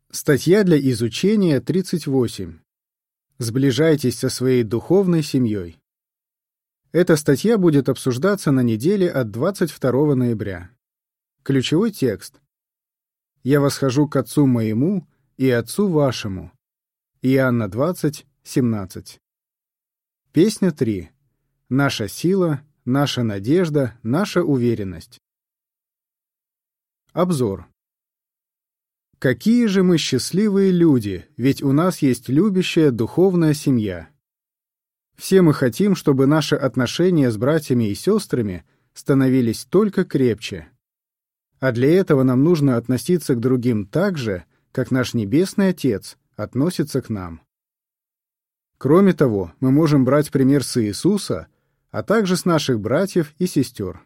Статья для изучения 38. Сближайтесь со своей духовной семьей. Эта статья будет обсуждаться на неделе от 22 ноября. Ключевой текст. «Я восхожу к Отцу моему и Отцу вашему». Иоанна 20, 17. Песня 3. Наша сила, наша надежда, наша уверенность. Обзор. Какие же мы счастливые люди, ведь у нас есть любящая духовная семья. Все мы хотим, чтобы наши отношения с братьями и сестрами становились только крепче. А для этого нам нужно относиться к другим так же, как наш Небесный Отец относится к нам. Кроме того, мы можем брать пример с Иисуса, а также с наших братьев и сестер.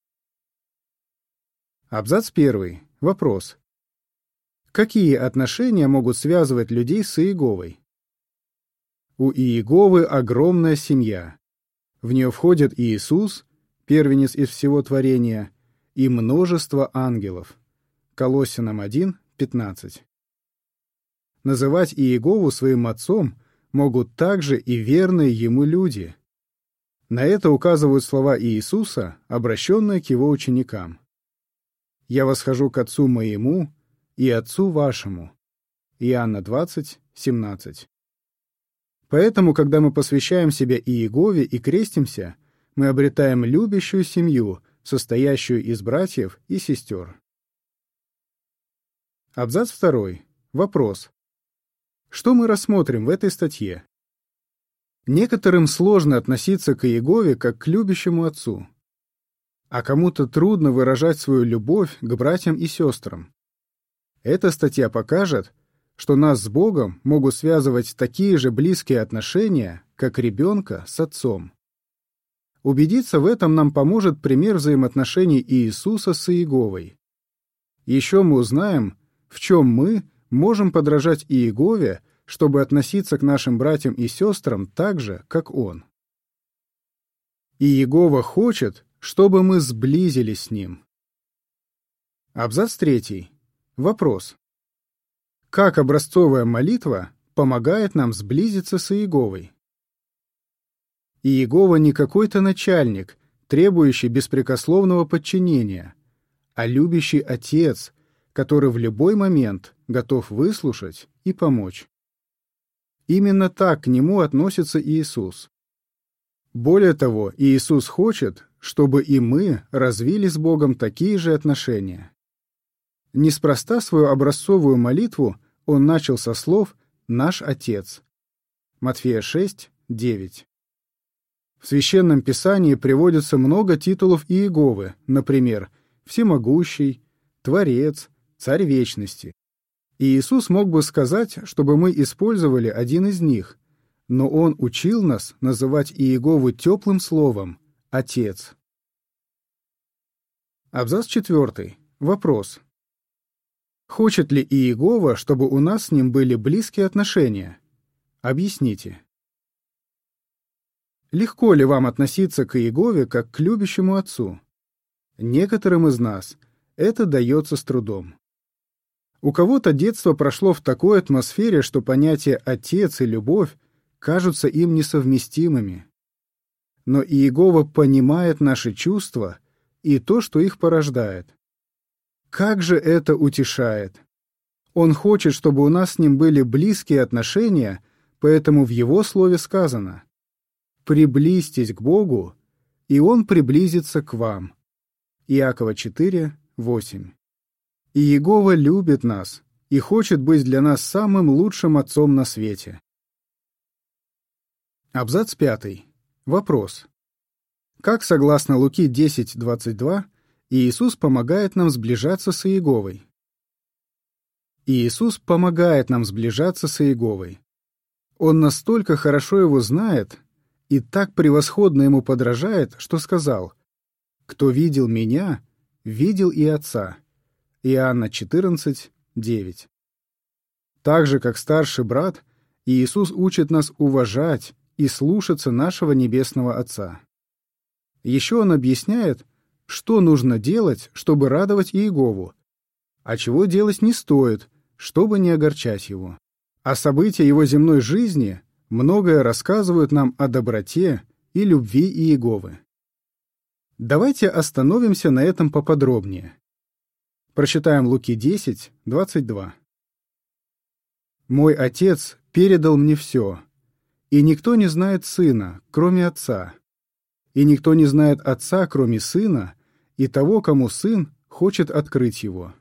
Абзац 1. Вопрос. Какие отношения могут связывать людей с Иеговой? У Иеговы огромная семья. В нее входят Иисус, первенец из всего творения, и множество ангелов. Колоссянам 1, 15. Называть Иегову своим отцом могут также и верные ему люди. На это указывают слова Иисуса, обращенные к его ученикам. «Я восхожу к Отцу моему и Отцу вашему». Иоанна 20, 17. Поэтому, когда мы посвящаем себя Иегове и крестимся, мы обретаем любящую семью, состоящую из братьев и сестер. Абзац 2. Вопрос. Что мы рассмотрим в этой статье? Некоторым сложно относиться к Иегове как к любящему отцу, а кому-то трудно выражать свою любовь к братьям и сестрам. Эта статья покажет, что нас с Богом могут связывать такие же близкие отношения, как ребенка с отцом. Убедиться в этом нам поможет пример взаимоотношений Иисуса с Иеговой. Еще мы узнаем, в чем мы можем подражать Иегове, чтобы относиться к нашим братьям и сестрам так же, как Он. Иегова хочет, чтобы мы сблизились с Ним. Абзац 3. Вопрос. Как образцовая молитва помогает нам сблизиться с Иеговой? Иегова не какой-то начальник, требующий беспрекословного подчинения, а любящий Отец, который в любой момент готов выслушать и помочь. Именно так к Нему относится Иисус. Более того, Иисус хочет, чтобы и мы развили с Богом такие же отношения. Неспроста свою образцовую молитву Он начал со слов «Наш Отец». Матфея 6, 9. В Священном Писании приводится много титулов Иеговы, например, «Всемогущий», «Творец», «Царь вечности». И Иисус мог бы сказать, чтобы мы использовали один из них, но Он учил нас называть Иегову теплым словом «Отец». Абзац 4. Вопрос. Хочет ли Иегова, чтобы у нас с Ним были близкие отношения? Объясните. Легко ли вам относиться к Иегове как к любящему отцу? Некоторым из нас это дается с трудом. У кого-то детство прошло в такой атмосфере, что понятия «отец» и «любовь» кажутся им несовместимыми. Но Иегова понимает наши чувства и то, что их порождает. Как же это утешает! Он хочет, чтобы у нас с Ним были близкие отношения, поэтому в Его слове сказано: «Приблизьтесь к Богу, и Он приблизится к вам». Иакова 4, 8. Иегова любит нас и хочет быть для нас самым лучшим отцом на свете. Абзац 5. Вопрос. Как, согласно Луки 10, 22, Иисус помогает нам сближаться с Иеговой? Иисус помогает нам сближаться с Иеговой. Он настолько хорошо Его знает и так превосходно Ему подражает, что сказал: «Кто видел Меня, видел и Отца». Иоанна 14, 9. Так же, как старший брат, Иисус учит нас уважать и слушаться нашего Небесного Отца. Еще Он объясняет, что нужно делать, чтобы радовать Иегову, а чего делать не стоит, чтобы не огорчать его. А события его земной жизни многое рассказывают нам о доброте и любви Иеговы. Давайте остановимся на этом поподробнее. Прочитаем Луки 10, 22. «Мой Отец передал мне все, и никто не знает Сына, кроме Отца, и никто не знает Отца, кроме Сына, и того, кому Сын хочет открыть его».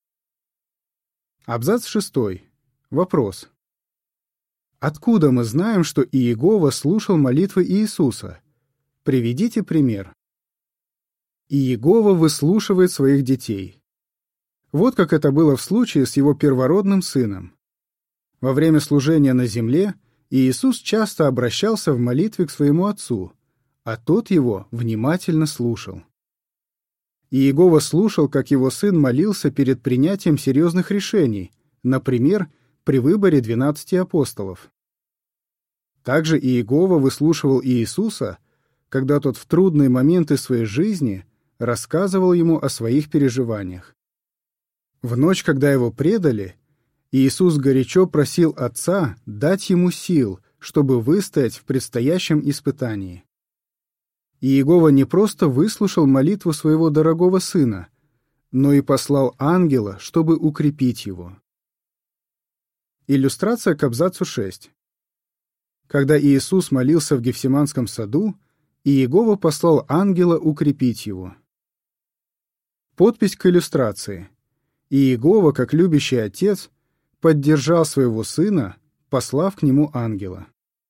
Абзац 6. Вопрос. Откуда мы знаем, что Иегова слушал молитвы Иисуса? Приведите пример. Иегова выслушивает своих детей. Вот как это было в случае с его первородным сыном. Во время служения на земле Иисус часто обращался в молитве к своему отцу, а тот его внимательно слушал. Иегова слушал, как его сын молился перед принятием серьезных решений, например, при выборе 12 апостолов. Также Иегова выслушивал Иисуса, когда тот в трудные моменты своей жизни рассказывал ему о своих переживаниях. В ночь, когда его предали, Иисус горячо просил Отца дать ему сил, чтобы выстоять в предстоящем испытании. Иегова не просто выслушал молитву своего дорогого сына, но и послал ангела, чтобы укрепить его. Иллюстрация к абзацу 6. Когда Иисус молился в Гефсиманском саду, Иегова послал ангела укрепить его. Подпись к иллюстрации. Иегова, как любящий отец, поддержал своего сына, послав к нему ангела.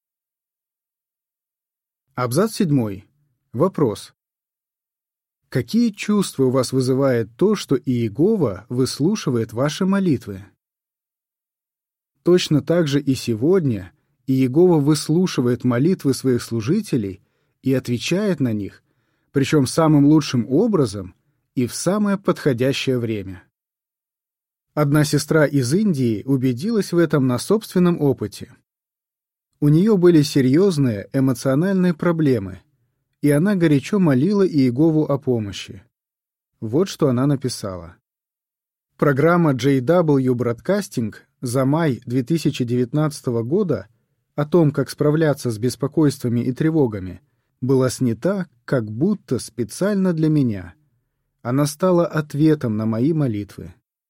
Абзац 7. Вопрос. Какие чувства у вас вызывает то, что Иегова выслушивает ваши молитвы? Точно так же и сегодня Иегова выслушивает молитвы своих служителей и отвечает на них, причем самым лучшим образом и в самое подходящее время. Одна сестра из Индии убедилась в этом на собственном опыте. У нее были серьезные эмоциональные проблемы, и она горячо молила Иегову о помощи. Вот что она написала. Программа JW Broadcasting за май 2019 года о том, как справляться с беспокойствами и тревогами, была снята как будто специально для меня. Она стала ответом на мои молитвы.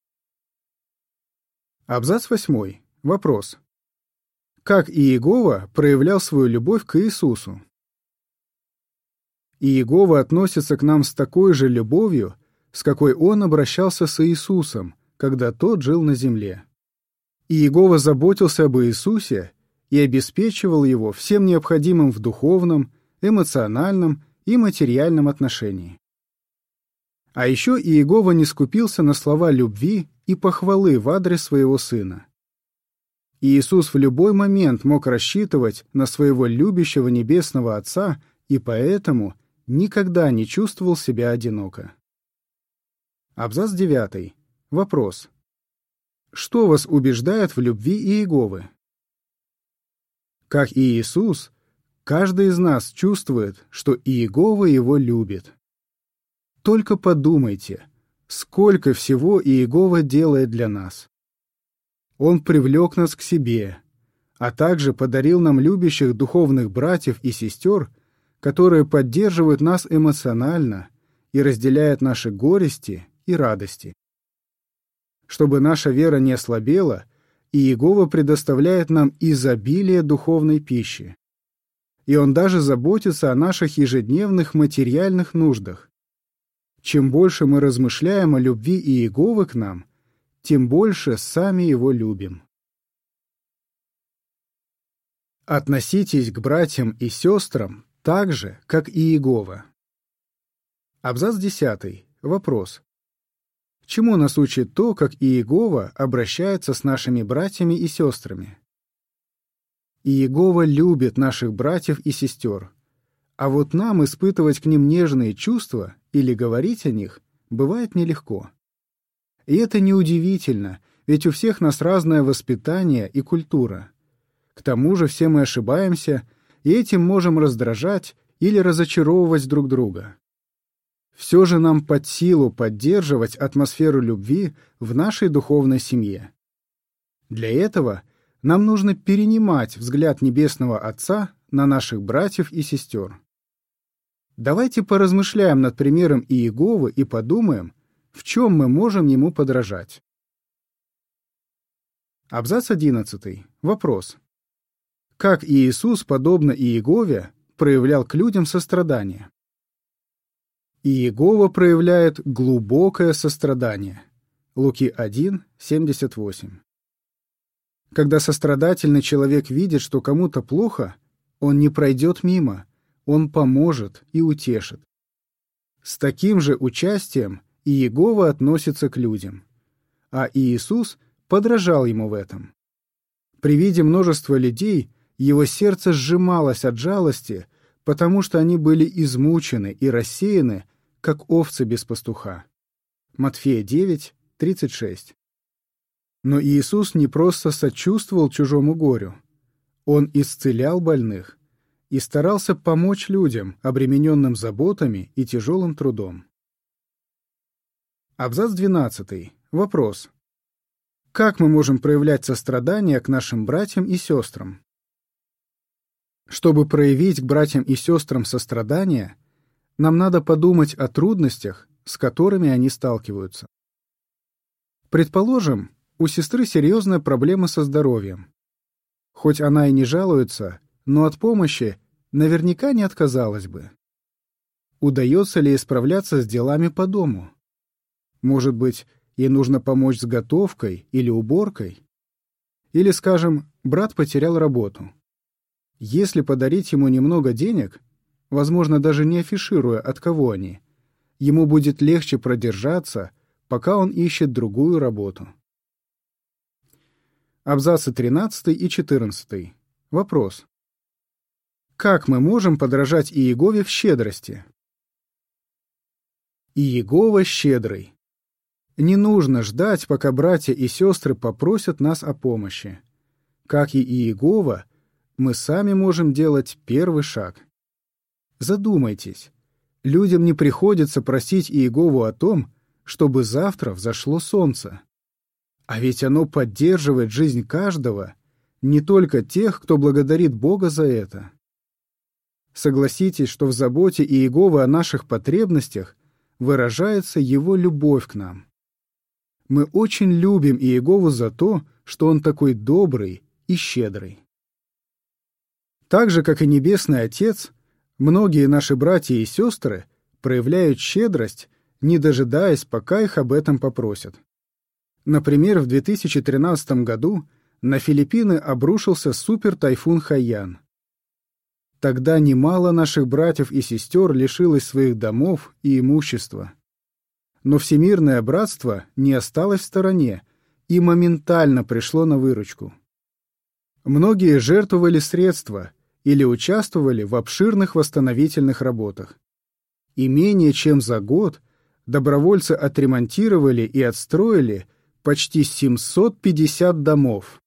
Абзац 8. Вопрос. Как Иегова проявлял свою любовь к Иисусу? Иегова относится к нам с такой же любовью, с какой он обращался с Иисусом, когда тот жил на земле. Иегова заботился об Иисусе и обеспечивал его всем необходимым в духовном, эмоциональном и материальном отношении. А еще Иегова не скупился на слова любви и похвалы в адрес своего сына. Иисус в любой момент мог рассчитывать на своего любящего небесного Отца и поэтому никогда не чувствовал себя одиноко. Абзац 9. Вопрос. Что вас убеждает в любви Иеговы? Как и Иисус, каждый из нас чувствует, что Иегова его любит. Только подумайте, сколько всего Иегова делает для нас. Он привлек нас к себе, а также подарил нам любящих духовных братьев и сестер, которые поддерживают нас эмоционально и разделяют наши горести и радости. Чтобы наша вера не ослабела, Иегова предоставляет нам изобилие духовной пищи. И Он даже заботится о наших ежедневных материальных нуждах. Чем больше мы размышляем о любви Иеговы к нам, тем больше сами Его любим. Относитесь к братьям и сестрам так же, как и Иегова. Абзац 10. Вопрос. Чему нас учит то, как Иегова обращается с нашими братьями и сестрами? Иегова любит наших братьев и сестер, а вот нам испытывать к ним нежные чувства или говорить о них бывает нелегко. И это неудивительно, ведь у всех нас разное воспитание и культура. К тому же все мы ошибаемся, и этим можем раздражать или разочаровывать друг друга. Все же нам под силу поддерживать атмосферу любви в нашей духовной семье. Для этого нам нужно перенимать взгляд Небесного Отца на наших братьев и сестер. Давайте поразмышляем над примером Иеговы и подумаем, в чем мы можем ему подражать. Абзац 11. Вопрос. Как Иисус, подобно Иегове, проявлял к людям сострадание? Иегова проявляет глубокое сострадание. Луки 1, 78. Когда сострадательный человек видит, что кому-то плохо, он не пройдет мимо, он поможет и утешит. С таким же участием Иегова относится к людям, а Иисус подражал ему в этом. При виде множества людей его сердце сжималось от жалости, потому что они были измучены и рассеяны, как овцы без пастуха. Матфея 9, 36. Но Иисус не просто сочувствовал чужому горю. Он исцелял больных и старался помочь людям, обремененным заботами и тяжелым трудом. Абзац 12. Вопрос. Как мы можем проявлять сострадание к нашим братьям и сестрам? Чтобы проявить к братьям и сестрам сострадание, нам надо подумать о трудностях, с которыми они сталкиваются. Предположим, у сестры серьезная проблема со здоровьем. Хоть она и не жалуется, но от помощи наверняка не отказалась бы. Удается ли ей справляться с делами по дому? Может быть, ей нужно помочь с готовкой или уборкой? Или, скажем, брат потерял работу. Если подарить ему немного денег, возможно, даже не афишируя, от кого они, ему будет легче продержаться, пока он ищет другую работу. Абзацы 13 и 14. Вопрос. Как мы можем подражать Иегове в щедрости? Иегова щедрый. Не нужно ждать, пока братья и сестры попросят нас о помощи. Как и Иегова, мы сами можем делать первый шаг. Задумайтесь, людям не приходится просить Иегову о том, чтобы завтра взошло солнце. А ведь оно поддерживает жизнь каждого, не только тех, кто благодарит Бога за это. Согласитесь, что в заботе Иеговы о наших потребностях выражается Его любовь к нам. Мы очень любим Иегову за то, что Он такой добрый и щедрый. Так же, как и Небесный Отец, многие наши братья и сестры проявляют щедрость, не дожидаясь, пока их об этом попросят. Например, в 2013 году на Филиппины обрушился супертайфун Хайян. Тогда немало наших братьев и сестер лишилось своих домов и имущества. Но Всемирное Братство не осталось в стороне и моментально пришло на выручку. Многие жертвовали средства или участвовали в обширных восстановительных работах. И менее чем за год добровольцы отремонтировали и отстроили почти 750 домов.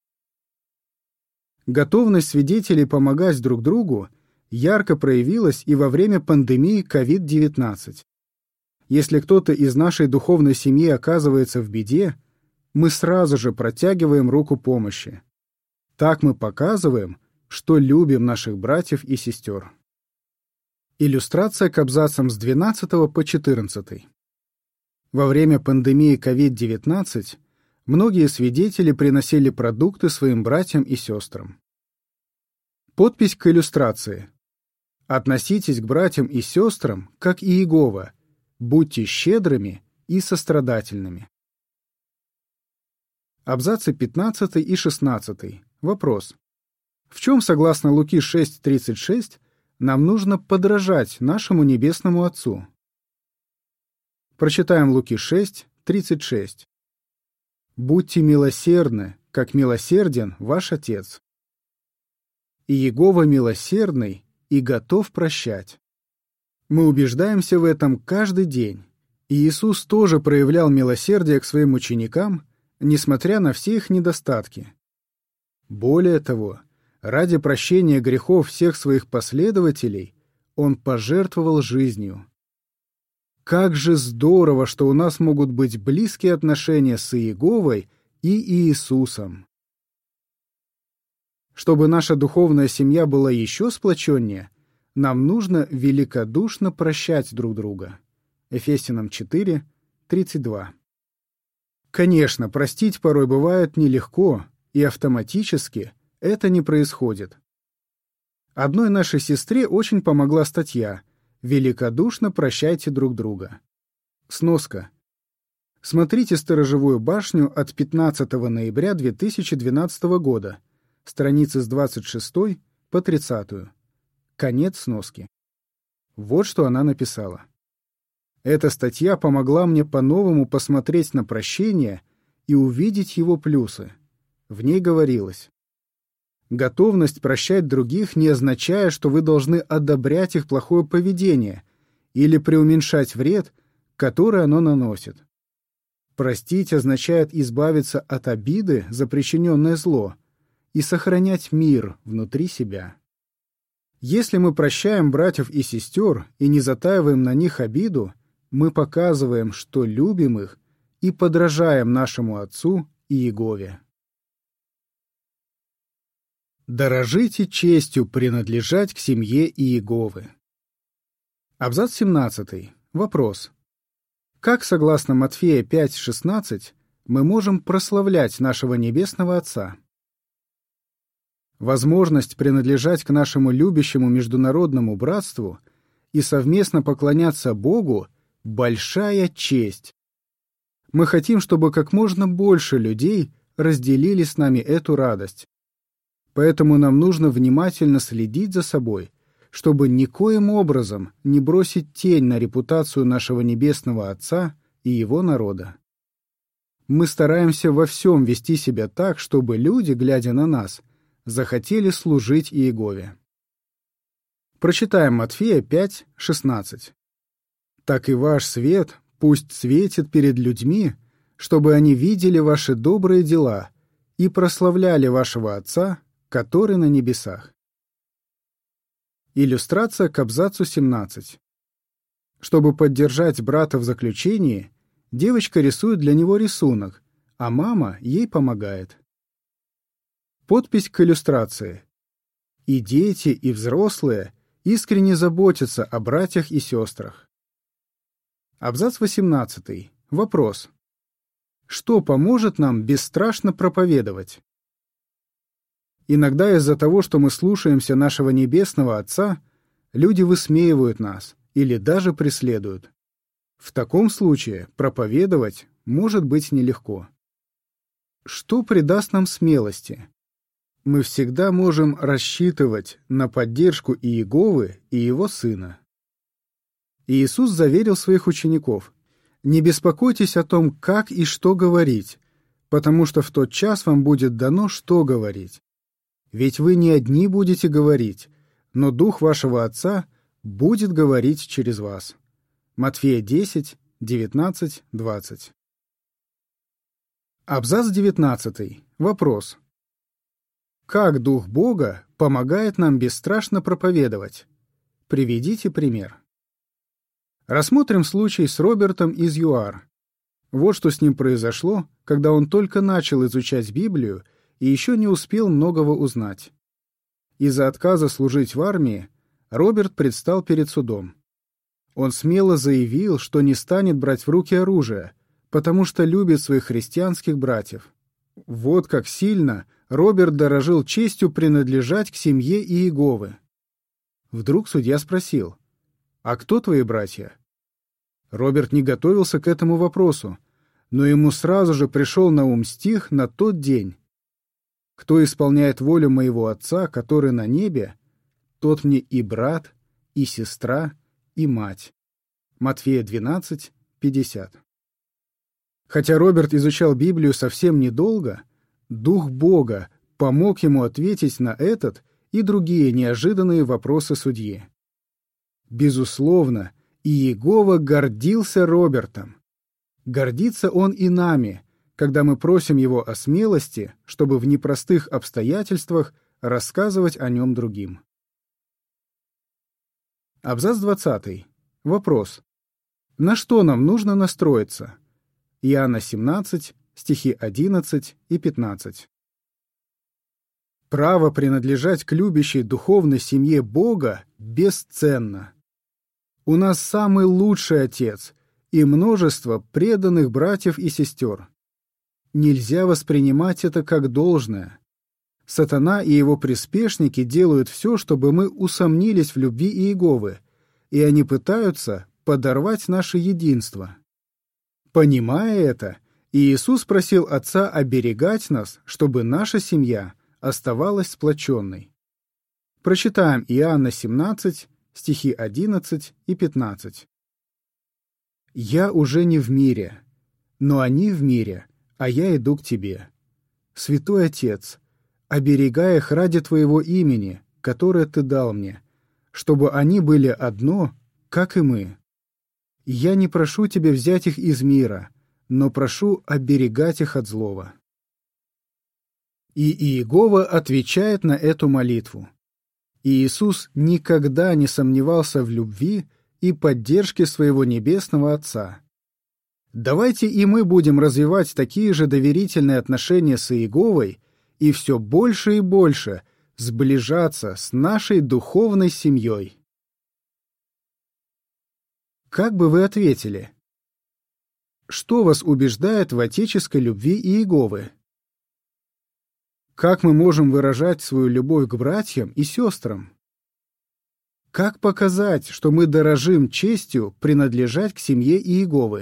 Готовность свидетелей помогать друг другу ярко проявилась и во время пандемии COVID-19. Если кто-то из нашей духовной семьи оказывается в беде, мы сразу же протягиваем руку помощи. Так мы показываем, что любим наших братьев и сестер. Иллюстрация к абзацам с 12 по 14. Во время пандемии COVID-19 многие свидетели приносили продукты своим братьям и сестрам. Подпись к иллюстрации. Относитесь к братьям и сестрам, как и Иегова, будьте щедрыми и сострадательными. Абзацы 15 и 16. Вопрос. В чем, согласно Луки 6:36, нам нужно подражать нашему Небесному Отцу? Прочитаем Луки 6:36. «Будьте милосердны, как милосерден ваш Отец. Иегова милосердный и готов прощать». Мы убеждаемся в этом каждый день. И Иисус тоже проявлял милосердие к своим ученикам, несмотря на все их недостатки. Более того, ради прощения грехов всех своих последователей Он пожертвовал жизнью. Как же здорово, что у нас могут быть близкие отношения с Иеговой и Иисусом! Чтобы наша духовная семья была еще сплоченнее, нам нужно великодушно прощать друг друга. Ефесянам 4, 32. Конечно, простить порой бывает нелегко, и автоматически это не происходит. Одной нашей сестре очень помогла статья «Великодушно прощайте друг друга». Сноска. Смотрите «Сторожевую башню» от 15 ноября 2012 года, страницы с 26 по 30. Конец сноски. Вот что она написала. Эта статья помогла мне по-новому посмотреть на прощение и увидеть его плюсы. В ней говорилось: готовность прощать других не означает, что вы должны одобрять их плохое поведение или преуменьшать вред, который оно наносит. Простить означает избавиться от обиды за причиненное зло и сохранять мир внутри себя. Если мы прощаем братьев и сестер и не затаиваем на них обиду, мы показываем, что любим их и подражаем нашему Отцу и Иегове. Дорожите честью принадлежать к семье Иеговы. Абзац 17. Вопрос. Как, согласно Матфея 5:16, мы можем прославлять нашего Небесного Отца? Возможность принадлежать к нашему любящему международному братству и совместно поклоняться Богу — большая честь. Мы хотим, чтобы как можно больше людей разделили с нами эту радость. Поэтому нам нужно внимательно следить за собой, чтобы никоим образом не бросить тень на репутацию нашего Небесного Отца и Его народа. Мы стараемся во всем вести себя так, чтобы люди, глядя на нас, захотели служить Иегове. Прочитаем Матфея 5:16. «Так и ваш свет пусть светит перед людьми, чтобы они видели ваши добрые дела и прославляли вашего Отца, который на небесах». Иллюстрация к абзацу 17. Чтобы поддержать брата в заключении, девочка рисует для него рисунок, а мама ей помогает. Подпись к иллюстрации. И дети, и взрослые искренне заботятся о братьях и сестрах. Абзац 18. Вопрос. Что поможет нам бесстрашно проповедовать? Иногда из-за того, что мы слушаемся нашего Небесного Отца, люди высмеивают нас или даже преследуют. В таком случае проповедовать может быть нелегко. Что придаст нам смелости? Мы всегда можем рассчитывать на поддержку Иеговы и Его Сына. Иисус заверил своих учеников: «Не беспокойтесь о том, как и что говорить, потому что в тот час вам будет дано, что говорить. Ведь вы не одни будете говорить, но Дух вашего Отца будет говорить через вас». Матфея 10, 19, 20. Абзац 19. Вопрос. Как Дух Бога помогает нам бесстрашно проповедовать? Приведите пример. Рассмотрим случай с Робертом из ЮАР. Вот что с ним произошло, когда он только начал изучать Библию и еще не успел многого узнать. Из-за отказа служить в армии Роберт предстал перед судом. Он смело заявил, что не станет брать в руки оружие, потому что любит своих христианских братьев. Вот как сильно Роберт дорожил честью принадлежать к семье Иеговы. Вдруг судья спросил: «А кто твои братья?» Роберт не готовился к этому вопросу, но ему сразу же пришел на ум стих на тот день: «Кто исполняет волю моего Отца, который на небе, тот мне и брат, и сестра, и мать». Матфея 12, 50. Хотя Роберт изучал Библию совсем недолго, Дух Бога помог ему ответить на этот и другие неожиданные вопросы судьи. Безусловно, Иегова гордился Робертом. Гордится он и нами, когда мы просим его о смелости, чтобы в непростых обстоятельствах рассказывать о нем другим. Абзац 20. Вопрос. На что нам нужно настроиться? Иоанна 17, стихи 11 и 15. Право принадлежать к любящей духовной семье Бога бесценно. У нас самый лучший Отец и множество преданных братьев и сестер. Нельзя воспринимать это как должное. Сатана и его приспешники делают все, чтобы мы усомнились в любви Иеговы, и они пытаются подорвать наше единство. Понимая это, Иисус просил Отца оберегать нас, чтобы наша семья оставалась сплоченной. Прочитаем Иоанна 17, стихи 11 и 15. «Я уже не в мире, но они в мире, а я иду к тебе. Святой Отец, оберегай их ради Твоего имени, которое Ты дал мне, чтобы они были одно, как и мы. Я не прошу Тебя взять их из мира, но прошу оберегать их от злого». И Иегова отвечает на эту молитву. Иисус никогда не сомневался в любви и поддержке своего Небесного Отца. Давайте и мы будем развивать такие же доверительные отношения с Иеговой и все больше и больше сближаться с нашей духовной семьей. Как бы вы ответили? Что вас убеждает в отеческой любви Иеговы? Как мы можем выражать свою любовь к братьям и сестрам? Как показать, что мы дорожим честью принадлежать к семье Иеговы?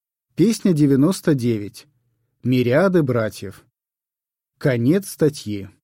Песня 99. Мириады братьев. Конец статьи.